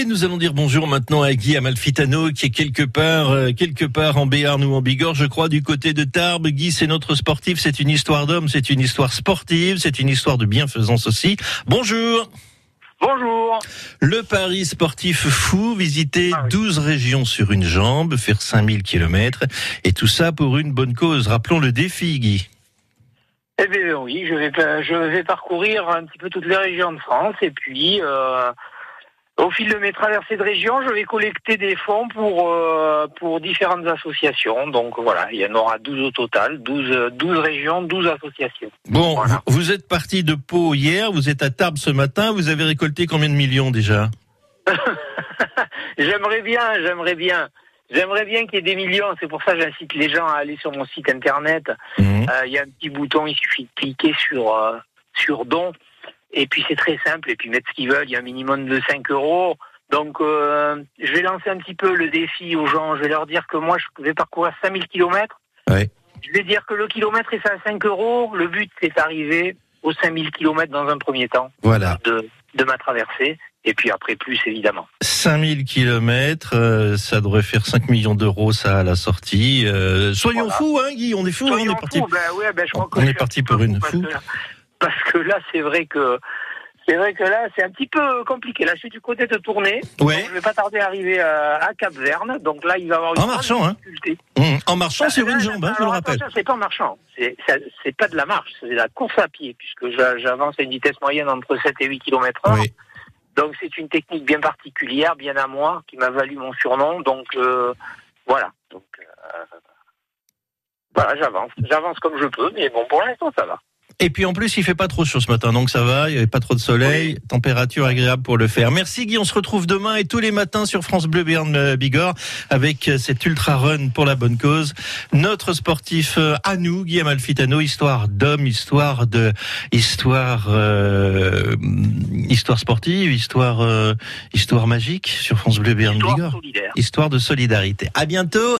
nous allons dire bonjour maintenant à Guy Amalfitano qui est quelque part en Béarn ou en Bigorre, je crois, du côté de Tarbes. Guy, c'est notre sportif, c'est une histoire d'homme, c'est une histoire sportive, c'est une histoire de bienfaisance aussi. Bonjour. Bonjour. Le pari sportif fou, visiter 12 régions sur une jambe, faire 5000 km, et tout ça pour une bonne cause. Rappelons le défi, Guy. Eh bien oui, je vais parcourir un petit peu toutes les régions de France, et puis au fil de mes traversées de régions, je vais collecter des fonds pour différentes associations. Donc voilà, il y en aura 12 au total, 12 régions, 12 associations. Bon, voilà. Vous êtes parti de Pau hier, vous êtes à Tarbes ce matin, vous avez récolté combien de millions déjà? J'aimerais bien qu'il y ait des millions, c'est pour ça que j'incite les gens à aller sur mon site internet. Il y a un petit bouton, il suffit de cliquer sur don. Et puis c'est très simple, et puis mettre ce qu'ils veulent, il y a un minimum de 5 €. Donc je vais lancer un petit peu le défi aux gens, je vais leur dire que moi je vais parcourir 5000 km. Ouais. Je vais dire que le kilomètre est à 5 €, le but c'est d'arriver aux 5000 km dans un premier temps. Voilà. De ma traversée, et puis après plus évidemment. 5000 km, ça devrait faire 5 millions d'euros ça à la sortie. Soyons fous, hein Guy, on est fous, on est parti. On est parti pour une fou. Parce que là, c'est vrai que là, c'est un petit peu compliqué. Là, je suis du côté de Tournai. Ouais. Donc, je vais pas tarder à arriver à Cap-Verne. Donc là, il va y avoir une grande difficulté. En marchant sur une jambe, je le rappelle. C'est pas en marchant. C'est pas de la marche, c'est de la course à pied, puisque j'avance à une vitesse moyenne entre 7 et 8 km/h. Oui. Donc c'est une technique bien particulière, bien à moi, qui m'a valu mon surnom. Donc voilà. Donc voilà, j'avance comme je peux, mais bon, pour l'instant, ça va. Et puis en plus, il fait pas trop chaud ce matin, donc ça va, il n'y avait pas trop de soleil, oui. Température agréable pour le faire. Merci Guy, on se retrouve demain et tous les matins sur France Bleu Béarn Bigorre avec cet ultra run pour la bonne cause. Notre sportif à nous, Guy Amalfitano, histoire d'homme, histoire sportive, histoire magique sur France Bleu Béarn Bigorre. Histoire solidaire. Histoire de solidarité. À bientôt.